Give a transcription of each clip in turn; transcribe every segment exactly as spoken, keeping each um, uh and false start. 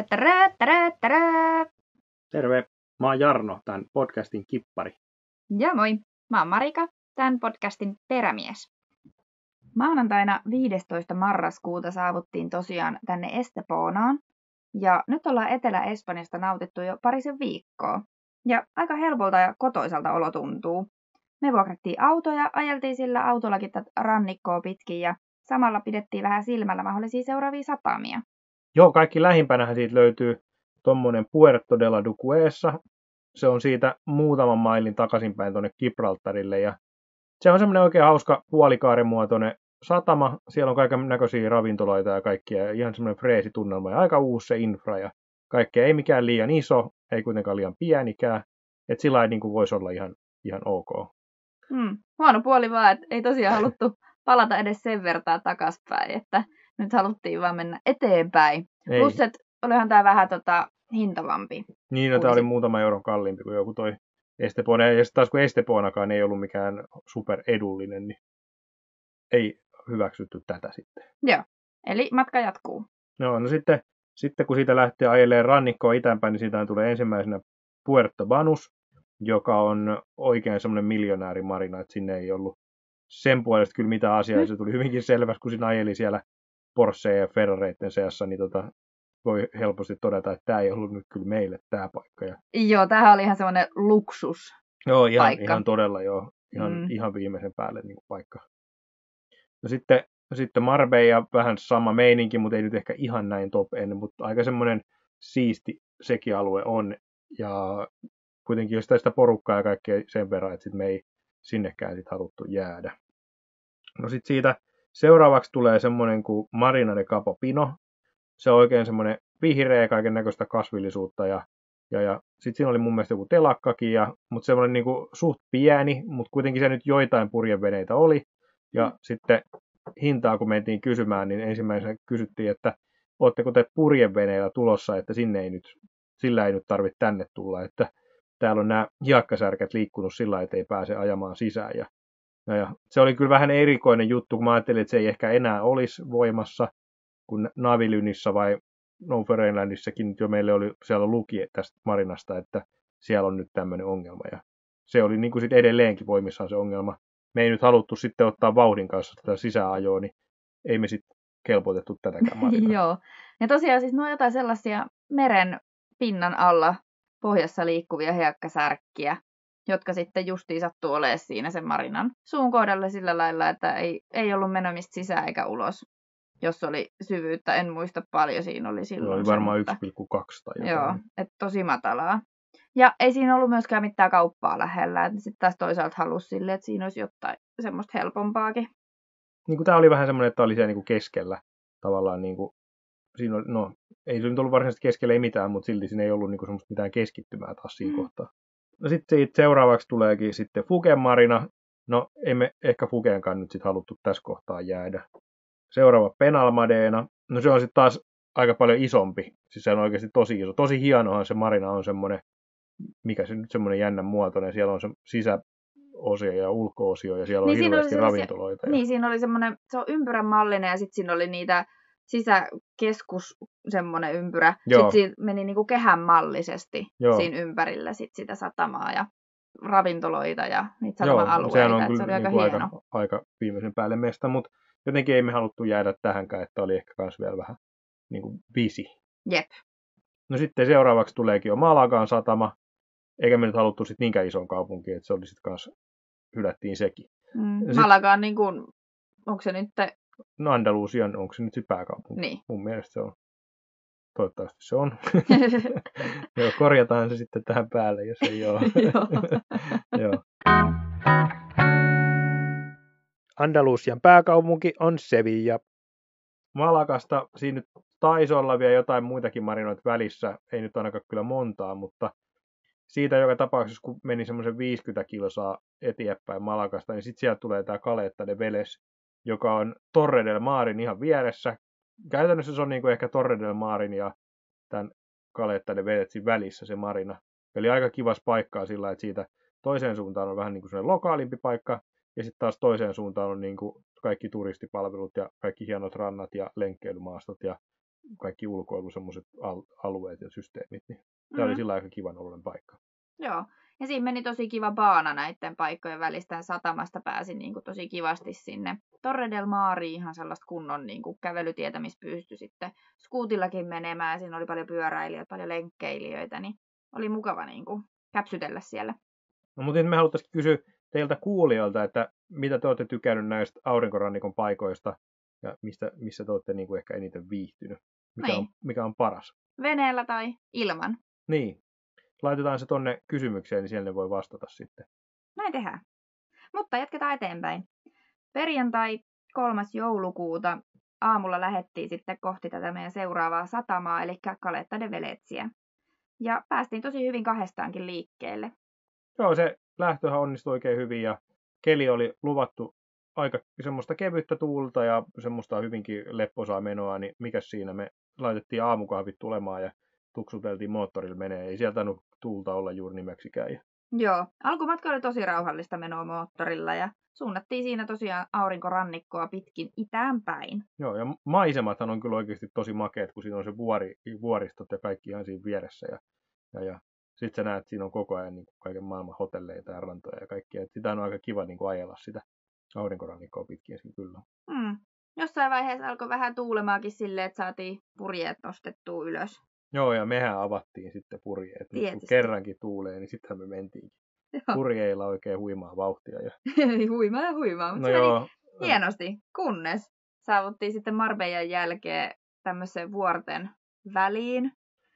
Tätärä, tärä, tärä. Terve, mä oon Jarno, tämän podcastin kippari. Ja moi, mä oon Marika, tämän podcastin perämies. Maanantaina viidestoista marraskuuta saavuttiin tosiaan tänne Estepoonaan. Ja nyt ollaan Etelä-Espanjasta nautittu jo parisen viikkoa. Ja aika helpolta ja kotoisalta olo tuntuu. Me vuokrattiin auto ja ajeltiin sillä autollakin tätä rannikkoa pitkin ja samalla pidettiin vähän silmällä mahdollisia seuraavia satamia. Joo, kaikki lähimpänähän siitä löytyy tuommoinen Puerto de la Duquesa. Se on siitä muutaman mailin takaisinpäin tuonne Gibraltarille ja se on semmoinen oikein hauska puolikaarimuotoinen satama. Siellä on kaiken näköisiä ravintoloita ja kaikkia ja ihan semmoinen freesi tunnelma ja aika uusi se infra ja kaikkea. Ei mikään liian iso, ei kuitenkaan liian pienikään. Että sillä ei niin kuin voisi olla ihan, ihan ok. Hmm. Huono puoli vaan, että ei tosiaan haluttu palata edes sen vertaa takaspäin, että nyt haluttiin vaan mennä eteenpäin. Ei. Plus, että olihan tämä vähän tota, hintavampi. Niin, no, tämä oli muutama euron kalliimpi kuin joku toi Estepona. Ja taas kun Esteponakaan ei ollut mikään super edullinen, niin ei hyväksytty tätä sitten. Joo, eli matka jatkuu. No, no sitten, sitten kun siitä lähtee ajelemaan rannikkoa itäänpäin, niin siitä tulee ensimmäisenä Puerto Banús, joka on oikein semmoinen miljonäärimarina, että sinne ei ollut sen puolesta kyllä mitään asiaa. Mm. Se tuli hyvinkin selväksi, kun siinä ajeli siellä Porsche ja Ferrareiden seassa, niin tota, voi helposti todeta, että tämä ei ollut nyt kyllä meille tämä paikka. Ja joo, tämähän oli ihan semmoinen luksus. Joo, ihan, ihan todella joo. Ihan, mm. ihan viimeisen päälle niin kuin paikka. No sitten, sitten Marbella vähän sama meininki, mutta ei nyt ehkä ihan näin top end, mutta aika semmoinen siisti sekin alue on. Ja kuitenkin jos tästä porukkaa ja kaikkea sen verran, että sit me ei sinnekään sit haluttu jäädä. No sitten siitä seuraavaksi tulee semmoinen kuin Marina de Capopino. Se on oikein semmoinen vihreä kaiken näköistä kasvillisuutta ja, ja, ja sitten siinä oli mun mielestä joku telakkakin, ja, mutta semmoinen niinku suht pieni, mutta kuitenkin se nyt joitain purjeveneitä oli. Ja mm. sitten hintaa kun mentiin kysymään, niin ensimmäisenä kysyttiin, että ootteko te purjeveneillä tulossa, että sinne ei nyt, sillä ei nyt tarvitse tänne tulla, että täällä on nämä hiekkasärkät liikkunut sillä, että ei pääse ajamaan sisään. Ja, ja, ja se oli kyllä vähän erikoinen juttu, kun mä ajattelin, että se ei ehkä enää olisi voimassa, kun Navilynissa vai Newfoundlandissakin nyt jo meille oli siellä luki tästä marinasta, että siellä on nyt tämmöinen ongelma. Ja se oli niin kuin sit edelleenkin voimissaan se ongelma. Me ei nyt haluttu sitten ottaa vauhdin kanssa tätä sisäajoa, niin ei me sitten kelpoitettu tätäkään marinaa. Joo. Ja tosiaan siis nuo jotain sellaisia meren pinnan alla pohjassa liikkuvia hiekkasärkkiä, jotka sitten justiin sattuu olemaan siinä sen marinan suun kohdalla sillä lailla, että ei, ei ollut menomista sisään eikä ulos. Jos oli syvyyttä, en muista paljon siinä oli silloin. Se oli varmaan yksi pilkku kaksi tai jotain. Joo, että tosi matalaa. Ja ei siinä ollut myöskään mitään kauppaa lähellä. Sitten taas toisaalta halusi silleen, että siinä olisi jotain semmoista helpompaakin. Niin kuin tämä oli vähän semmoinen, että oli siellä niin kuin keskellä tavallaan. Niin kuin, siinä oli, no, ei se nyt ollut varsinaisesti keskellä ei mitään, mutta silti siinä ei ollut niin kuin semmoista mitään keskittymää taas siinä mm. kohtaa. No sitten siitä seuraavaksi tuleekin sitten Fugen marina. No emme ehkä Fugeenkaan nyt sitten haluttu tässä kohtaa jäädä. Seuraava Penalmadena. No se on sitten taas aika paljon isompi. Siis se on oikeasti tosi iso. Tosi hienohan se marina on semmoinen, mikä se nyt semmoinen jännän muotoinen. Siellä on se sisäosio ja ulko-osio ja siellä on niin hirveästi ravintoloita. Ja niin, siinä oli semmoinen, se on ympyrän mallinen ja sitten siinä oli niitä sisäkeskus semmoinen ympyrä. Joo. Sitten siinä meni niinku kehän mallisesti Joo. siinä ympärillä sit sitä satamaa ja ravintoloita ja niitä satama-alueita. Sehän on kyllä se oli aika niin hieno. Aika, aika viimeisen päälle mesta, mutta jotenkin ei me haluttu jäädä tähänkään, että oli ehkä myös vielä vähän niin kuin busy. Jep. No sitten seuraavaksi tuleekin jo Malagan satama, eikä me nyt haluttu sitten niinkään ison kaupunkiin, että se oli sitten kanssa, hylättiin sekin. Mm, sit, Malaga on niin kuin, onko se nyt... Te... No Andalusian, onko se nyt se pääkaupunki? Niin. Mun mielestä se on. Toivottavasti se on. Joo, korjataan se sitten tähän päälle, jos ei ole. Joo. Andalusian pääkaupunki on Sevilla. Malagasta siinä nyt taisi olla vielä jotain muitakin marinoita välissä, ei nyt ainakaan kyllä montaa, mutta siitä joka tapauksessa, kun meni semmoisen viisikymmentä kilsaa eteenpäin Malagasta, niin sitten sieltä tulee tämä Caleta de Veles, joka on Torre del Marin ihan vieressä. Käytännössä se on niin kuin ehkä Torre del Marin ja tämän Caleta de Velesin välissä se marina. Eli aika kivas paikkaa sillä, että siitä toiseen suuntaan on vähän niin kuin sellainen lokaalimpi paikka, ja sitten taas toiseen suuntaan on niin kuin kaikki turistipalvelut ja kaikki hienot rannat ja lenkkeilymaastot ja kaikki ulkoilu semmoiset al- alueet ja systeemit, niin tämä Mm. oli sillä aika kivan ollen paikka. Joo, ja siinä meni tosi kiva baana näiden paikkojen välistä. Satamasta pääsi niin kuin tosi kivasti sinne Torre del Mariin, ihan sellaista kunnon niin kuin kävelytietä, missä pystyi sitten skuutillakin menemään. Ja siinä oli paljon pyöräilijöitä, paljon lenkkeilijöitä, niin oli mukava niin kuin käpsytellä siellä. No, mutta me haluttaisiin kysyä teiltä kuulijoilta, että mitä te olette tykännyt näistä aurinkorannikon paikoista ja mistä, missä te olette niin kuin ehkä eniten viihtynyt. Mikä, Niin. on, mikä on paras? Veneellä tai ilman. Niin. Laitetaan se tonne kysymykseen, niin siellä ne voi vastata sitten. Näin tehdään. Mutta jatketaan eteenpäin. Perjantai kolmas joulukuuta aamulla lähdettiin sitten kohti tätä meidän seuraavaa satamaa, eli Caleta de Venezia. Ja päästiin tosi hyvin kahdestaankin liikkeelle. Joo, se lähtöhän onnistui oikein hyvin ja keli oli luvattu aika semmoista kevyttä tuulta ja semmoista hyvinkin lepposaa menoa, niin mikäs siinä, me laitettiin aamukahvit tulemaan ja tuksuteltiin moottorilla menee. Ei sieltä tainnut tuulta olla juuri nimeksikään. Joo, alkumatka oli tosi rauhallista menoa moottorilla ja suunnattiin siinä tosiaan aurinkorannikkoa pitkin itään päin. Joo, ja maisemathan on kyllä oikeasti tosi makeat, kun siinä on se vuori, vuoristot ja kaikki ihan siinä vieressä. Ja, ja, ja sitten sä näet, että siinä on koko ajan niin kaiken maailman hotelleita ja rantoja ja kaikkia. Sitä on aika kiva niin kuin ajella sitä aurinkorannikkoa pitkin kyllä. Hmm. Jossain vaiheessa alkoi vähän tuulemaakin silleen, että saatiin purjeet nostettua ylös. Joo, ja mehän avattiin sitten purjeet. Nyt, kun kerrankin tuulee, niin sittenhän me mentiinkin. Joo. Purjeilla oikein huimaa vauhtia. Ja... huimaa ja huimaa, mutta no se joo. meni hienosti, kunnes saavuttiin sitten Marbellan jälkeen tämmöisen vuorten väliin.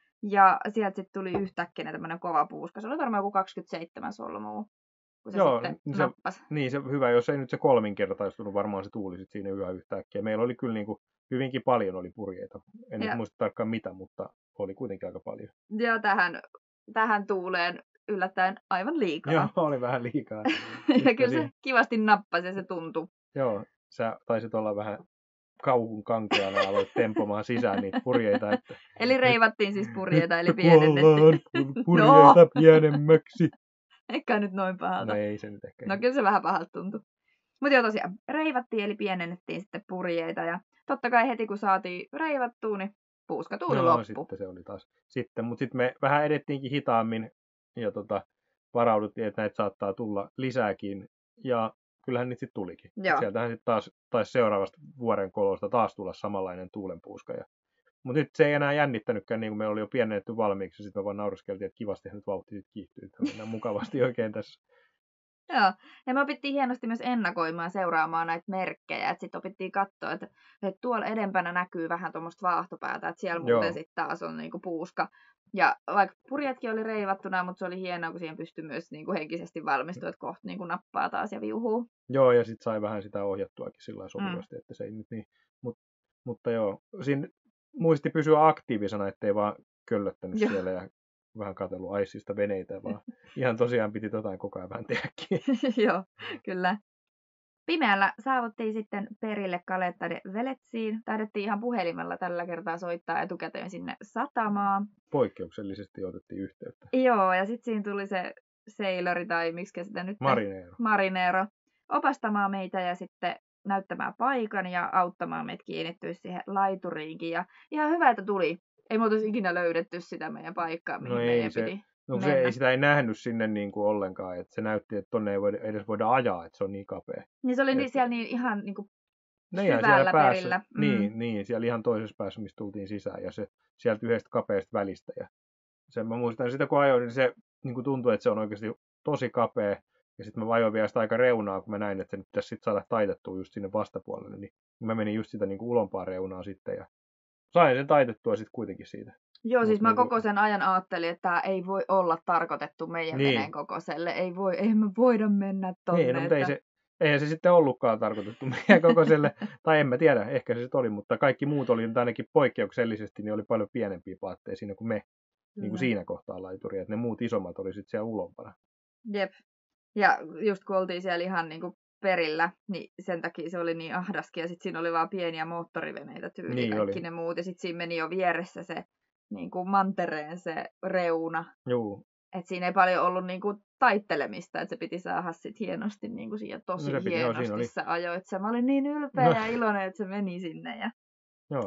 Ja sieltä sitten tuli yhtäkkiä tämmöinen kova puuska. Se oli varmaan joku kaksikymmentäseitsemän solmua, kun se joo, sitten se, nappasi. Niin, se hyvä, jos ei nyt se kolminkertaistunut, varmaan se tuuli sitten siinä yhä yhtäkkiä. Meillä oli kyllä niin kuin, hyvinkin paljon oli purjeita. En ja. nyt muista tarkkaan mitä, mutta oli kuitenkin aika paljon. Ja tähän, tähän tuuleen yllättäen aivan liikaa. Joo, oli vähän liikaa. ja kyllä se kivasti nappasi ja se tuntui. Joo, sä taisit olla vähän kauhun kankeana ja aloit tempomaan sisään niitä purjeita. Että... eli reivattiin siis purjeita, eli pienennettiin. purjeita no. pienemmäksi. Eikä nyt noin pahalta. No ei se nyt ehkä. No kyllä se vähän pahalta tuntui. Mutta joo tosiaan, reivattiin eli pienennettiin sitten purjeita. Ja totta kai heti kun saatiin reivattua, niin puuskatuuli no, loppu. sitten se oli taas. Sitten, mutta sitten me vähän edettiinkin hitaammin ja tota, varauduttiin, että näitä saattaa tulla lisääkin. Ja kyllähän niitä sitten tulikin. Sieltähän sitten taas taisi seuraavasta vuoren kolosta taas tulla samanlainen tuulenpuuska. Ja... Mutta nyt se ei enää jännittänytkään, niin kuin meillä oli jo pienennetty valmiiksi. Sitten me vaan nauraskeltiin, että kivasti nyt vauhti sitten kiihtyy. Että mennään mukavasti oikein tässä. Joo, ja me opittiin hienosti myös ennakoimaan seuraamaan näitä merkkejä. Että sitten opittiin katsoa, että, että tuolla edempänä näkyy vähän tuommoista vaahtopäätä. Että siellä muuten sitten taas on niinku puuska. Ja vaikka purjetkin oli reivattuna, mutta se oli hienoa, kun siihen pystyi myös niinku henkisesti valmistua, että kohta niinku nappaa taas ja viuhuu. Joo, ja sitten sai vähän sitä ohjattuakin sillä lailla sopivasti, mm. että se ei nyt niin. Mut, mutta joo, siinä muisti pysyä aktiivisena, ettei vaan köllöttänyt joo. siellä ja vähän katsellut aissista veneitä, vaan ihan tosiaan piti jotain koko ajan vähän tehdäkin. Joo, kyllä. Pimeällä saavuttiin sitten perille Caleta de Veneziin. Taidettiin ihan puhelimella tällä kertaa soittaa etukäteen sinne satamaan. Poikkeuksellisesti otettiin yhteyttä. Joo, ja sitten siinä tuli se sailori tai miksi sitä nyt... Marineero. Marineero. Opastamaan meitä ja sitten näyttämään paikan ja auttamaan meitä kiinnittyä siihen laituriinkin. Ja ihan hyvä, että tuli. Ei me oltaisi ikinä löydetty sitä meidän paikkaa, mihin no ei, meidän se, piti no mennä. Se ei sitä ei nähnyt sinne niin kuin ollenkaan, että se näytti, että tonne ei voida, edes voida ajaa, että se on niin kapea. Niin se oli että... niin, siellä niin ihan niin kuin niin, syvällä perillä. Mm. Niin, niin, siellä ihan toisessa päässä, missä tultiin sisään ja se sieltä yhdestä kapeasta välistä. Ja sen mä muistan sitä, kun ajoin, niin se niin kuin tuntui, että se on oikeasti tosi kapea. Ja sitten mä vajoin vielä sitä aika reunaa, kun mä näin, että se nyt pitäisi sitten saada taitettua just sinne vastapuolelle. Niin mä menin just sitä niin kuin ulompaa reunaa sitten ja sain sen taitettua sitten kuitenkin siitä. Joo, Mut siis mä niin koko sen ajan ajattelin, että tämä ei voi olla tarkoitettu meidän niin. veneen kokoiselle. Ei voi, ei me voida mennä tonne. Niin, no, mutta että... ei se, eihän se sitten ollutkaan tarkoitettu meidän kokoiselle. Tai en mä tiedä, ehkä se sitten oli, mutta kaikki muut oli ainakin poikkeuksellisesti, niin oli paljon pienempiä paatteja siinä kuin me. Niin kuin siinä kohtaa laituria, että ne muut isommat oli sitten siellä ulompana. Jep. Ja just kun oltiin siellä ihan niin kuin perillä, niin sen takia se oli niin ahdaskin. Ja sitten siinä oli vaan pieniä moottoriveneitä tyyli niin kaikki oli. Ne muut. Ja sitten siinä meni jo vieressä se niin kuin mantereen se reuna. Juu. Että siinä ei paljon ollut niin kuin taittelemista, että se piti saada sit hienosti niin kuin siihen tosi no piti, hienosti joo, sä ajoit. Mä olin niin ylpeä no. ja iloinen, että se meni sinne. Ja... Joo.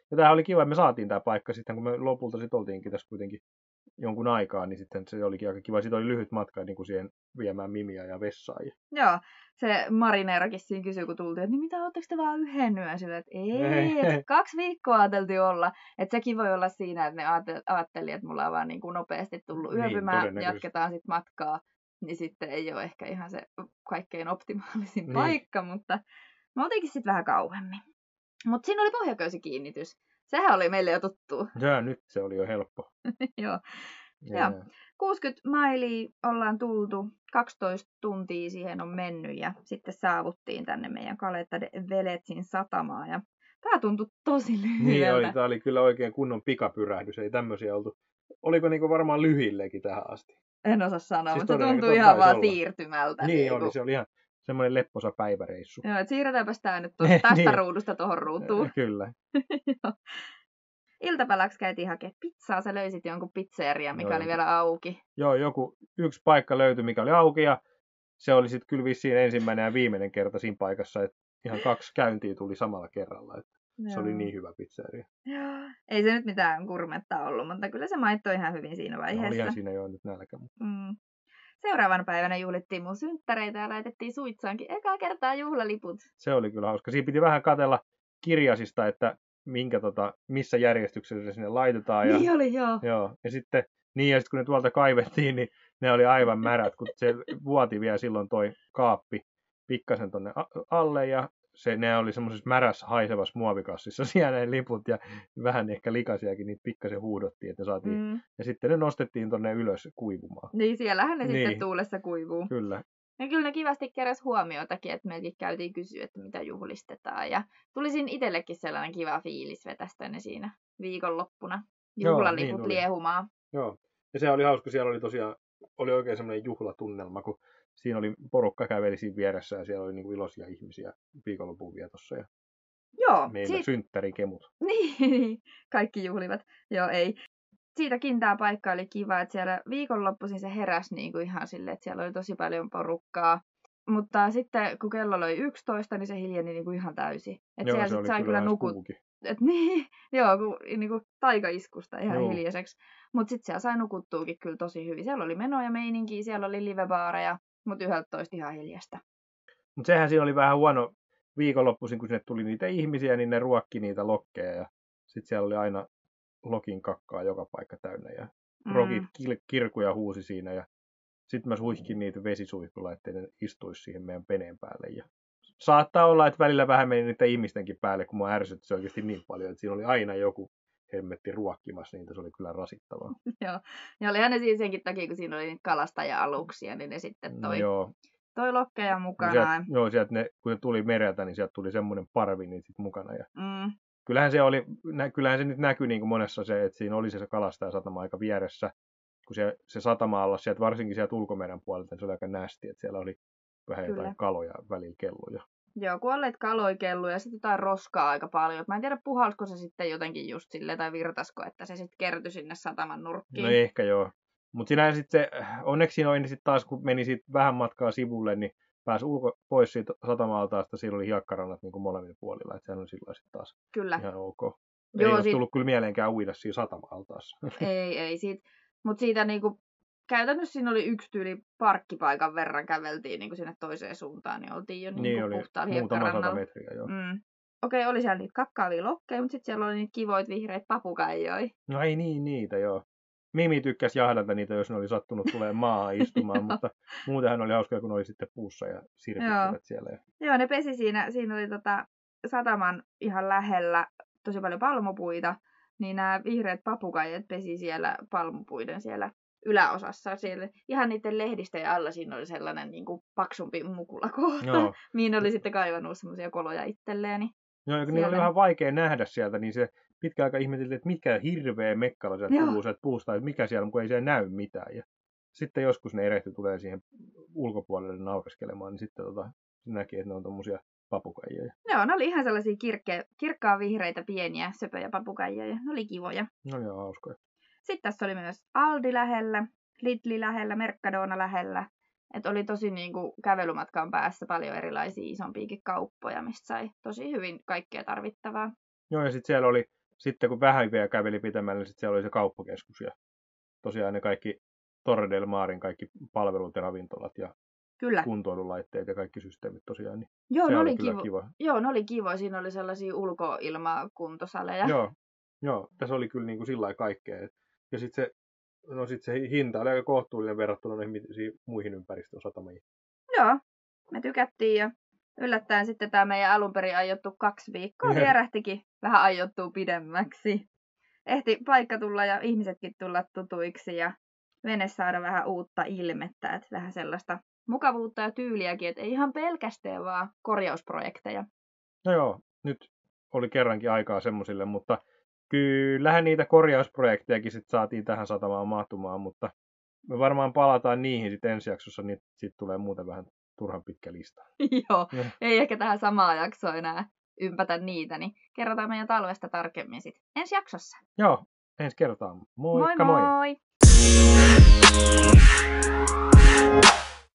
Ja tämä oli kiva, että me saatiin tämä paikka sitten, kun me lopulta sitten oltiinkin tässä kuitenkin jonkun aikaa, niin sitten se olikin aika kiva. Sitten oli lyhyt matka niin kuin siihen viemään Mimiä ja vessaan. Joo, se Marineerakin siinä kysyi, kun tultiin, että niin mitä, ootteko te vaan yhden yön? Sillä, että ei, että kaksi viikkoa ajateltiin olla. Että sekin voi olla siinä, että ne ajatteli, että mulla on vaan niin kuin nopeasti tullut yöpymään, niin, jatketaan sitten matkaa. Niin sitten ei ole ehkä ihan se kaikkein optimaalisin niin. paikka, mutta me oltiinkin sitten vähän kauemmin. Mutta siinä oli pohjaköysikiinnitys. Sehän oli meille jo tuttu. Ja nyt se oli jo helppo. Joo. Ja kuusikymmentä mailia ollaan tultu, kaksitoista tuntia siihen on mennyt ja sitten saavuttiin tänne meidän Caleta de Veletsin satamaan. Ja tämä tuntui tosi lyhyeltä. Niin oli, tämä oli kyllä oikein kunnon pikapyrähdys, ei tämmöisiä oltu. Oliko niinku varmaan lyhillekin tähän asti? En osaa sanoa, siis mutta se tuntui ihan vaan olla. siirtymältä. Niin, niin oli, se oli ihan semmoinen lepposa päiväreissu. Joo, että siirretäänpäs tämä nyt tuosta, tästä niin. ruudusta tuohon ruutuun. Kyllä. Iltapäiväksi käytiin hakemaan pizzaa, sä löysit jonkun pizzeria, mikä Joo, oli vielä auki. Joo, joku yksi paikka löytyi, mikä oli auki ja se oli sitten kyllä vissiin ensimmäinen ja viimeinen kerta siinä paikassa, että ihan kaksi käyntiä tuli samalla kerralla, että se oli niin hyvä pizzeria. Joo, ei se nyt mitään kurmetta ollut, mutta kyllä se maittoi ihan hyvin siinä vaiheessa. No, olihan siinä jo nyt nälkä. Mm. Seuraavana päivänä juhlittiin mun synttäreitä ja laitettiin Suitsaankin ekaa kertaa juhlaliput. Se oli kyllä hauska. Siinä piti vähän katsella kirjasista, että minkä, tota, missä järjestyksessä se sinne laitetaan. Ja, niin oli, joo. joo. Ja sitten niin, ja sitten kun ne tuolta kaivettiin, niin ne oli aivan märät, kun se vuoti vielä silloin toi kaappi pikkasen tonne alle, ja se, ne oli semmoisessa märässä haisevassa muovikassissa siellä ne liput, ja vähän ehkä likaisiakin, niitä pikkasen huudottiin, että ne saatiin, mm. ja sitten ne nostettiin tonne ylös kuivumaan. Niin, siellähän ne niin. sitten tuulessa kuivuu. Kyllä. Ja kyllä ne kivasti keräs huomiotakin, että meilläkin käytiin kysyä, että mitä juhlistetaan. Ja tuli siinä itsellekin sellainen kiva fiilis vetästä ne siinä viikonloppuna juhlaliput niin liehumaan. Joo, ja se oli hauska, siellä oli tosiaan, oli oikein semmoinen juhlatunnelma, kun siinä oli porukka käveli siinä vieressä ja siellä oli niinku iloisia ihmisiä viikonlopun vietossa. Ja Joo. meillä siitä... synttärikemut. Niin, kaikki juhlivat. Joo, ei. Siitäkin tämä paikka oli kiva, että siellä viikonloppuisin se heräsi niinku ihan silleen, että siellä oli tosi paljon porukkaa. Mutta sitten kun kello oli yksitoista, niin se hiljeni niinku ihan täysin. Että siellä sit sai kyllä nukut. Et niin, joo, kun, niinku taikaiskusta ihan joo. hiljaiseksi. Mutta sitten siellä sai nukuttuukin kyllä tosi hyvin. Siellä oli menoja meininkiä, siellä oli livebaareja, mutta yhdeltätoista ihan hiljasta. Mutta sehän siinä oli vähän huono viikonloppuisin, kun sinne tuli niitä ihmisiä, niin ne ruokki niitä lokkeja. Ja sitten siellä oli aina lokin kakkaa joka paikka täynnä. Ja mm. rokit kil- kirkuja huusi siinä. Ja sitten mä suihkin niitä vesisuihkulla, ettei ne istuisi siihen meidän peneen päälle. Ja saattaa olla, että välillä vähän meni niitä ihmistenkin päälle, kun mua ärsytti se oikeasti niin paljon, että siinä oli aina joku hemmetti ruokkimassa niitä, se oli kyllä rasittavaa. Joo, ja olihan ne siinä senkin takia, kun siinä oli niitä kalastaja-aluksia, niin ne sitten toi, no toi lokkeja mukana. No sieltä, joo, sieltä ne, kun ne tuli mereltä, niin sieltä tuli semmoinen parvi niin sit mukana. Ja mm. kyllähän se oli, kyllähän se nyt näkyi niin kuin monessa se, että siinä oli se kalastajasatama aika vieressä, kun se, se satama alla, sieltä, varsinkin sieltä ulkomeren puolelta, niin se oli aika nästi, että siellä oli vähän kyllä. jotain kaloja välillä kelluja. Joo, kuolleet kaloja kelluja ja sitten jotain roskaa aika paljon. Mä en tiedä, puhalsko se sitten jotenkin just silleen tai virtasko, että se sitten kertyi sinne sataman nurkkiin. No ehkä joo. Mutta sinähän sitten se, onneksi siinä oli sitten taas, kun meni siitä vähän matkaa sivulle, niin pääsi ulko, pois siitä satamaltaasta, siinä oli hiekkarannat niin kuin molemmilla puolilla, että sehän on silloin sitten taas kyllä. ihan ok. Joo, ei olisi sit... tullut kyllä mieleenkään uida siinä satamaltaassa. Ei, ei siitä. Mutta siitä niinku, käytännössä siinä oli yksi tyyli parkkipaikan verran käveltiin niinku sinne toiseen suuntaan, niin oltiin jo niinku niin puhtaalla hiekkarannalla. Muutama sata metriä, joo. Mm. Okei, oli siellä niitä kakkaavia lokkeja, mutta sitten siellä oli niitä kivoit vihreitä papukaijoja. No ei niin niitä, joo. Mimi tykkäsi jahdata niitä, jos ne oli sattunut tulemaan maahan istumaan, mutta muutenhan oli hauskaa, kun ne oli sitten puussa ja sirpittivät siellä. Joo, ne pesi siinä. Siinä oli tota sataman ihan lähellä tosi paljon palmupuita, niin nämä vihreät papukaijat pesi siellä palmupuiden siellä yläosassa. Siellä ihan niiden lehdistöjen alla siinä oli sellainen niin kuin paksumpi mukulakohta, no. mihin oli sitten kaivannut semmoisia koloja itselleen. Joo, ja kun niillä oli vähän vaikea nähdä sieltä, niin se pitkä aika ihmeteltiin, että mikä hirveä mekkala sieltä kuuluu sieltä puusta, että mikä siellä on, kun ei siellä näy mitään. Ja sitten joskus ne erehty tulee siihen ulkopuolelle naureskelemaan, niin sitten tota, näki, että ne on tommosia papukaijoja. Joo, ne oli ihan sellaisia kirkke, kirkkaan vihreitä pieniä söpöjä papukaijoja. Ne oli kivoja. No joo, hauskoja. Sitten tässä oli myös Aldi lähellä, Lidli lähellä, Mercadona lähellä. Että oli tosi niin kuin kävelymatkan päässä paljon erilaisia isompiakin kauppoja, mistä sai tosi hyvin kaikkea tarvittavaa. Joo, ja sitten siellä oli sitten kun vähän vielä käveli pitämällä, niin sitten siellä oli se kauppakeskus ja tosiaan ne kaikki Torre del Marin kaikki palvelut ja ravintolat ja Kyllä. kuntoilulaitteet ja kaikki systeemit tosiaan. Niin Joo, se ne oli oli kyllä kivo. kiva. Joo, ne oli kivoja. Siinä oli sellaisia ulkoilmakuntosaleja. Joo, joo, tässä oli kyllä niin kuin sillä lailla kaikkea. Ja sitten se, no sit se hinta oli aika kohtuullinen verrattuna noihin muihin ympäristön satamiin. Joo, me tykättiin ja yllättäen sitten tämä meidän alun perin aiottu kaksi viikkoa vierähtikin vähän aiottuu pidemmäksi. Ehti paikka tulla ja ihmisetkin tulla tutuiksi ja vene saada vähän uutta ilmettä, että vähän sellaista mukavuutta ja tyyliäkin, että ei ihan pelkästään vaan korjausprojekteja. No joo, nyt oli kerrankin aikaa semmosille, mutta kyllähän niitä korjausprojektejakin sit saatiin tähän satamaan mahtumaan, mutta me varmaan palataan niihin sitten ensi jaksossa, niin siitä tulee muuten vähän turhan pitkä lista. Joo, ei ehkä tähän samaan jaksoon enää ympätä niitä, niin kerrotaan meidän talvesta tarkemmin sitten ensi jaksossa. Joo, ensi kertaan. Moikka moi! moi! moi.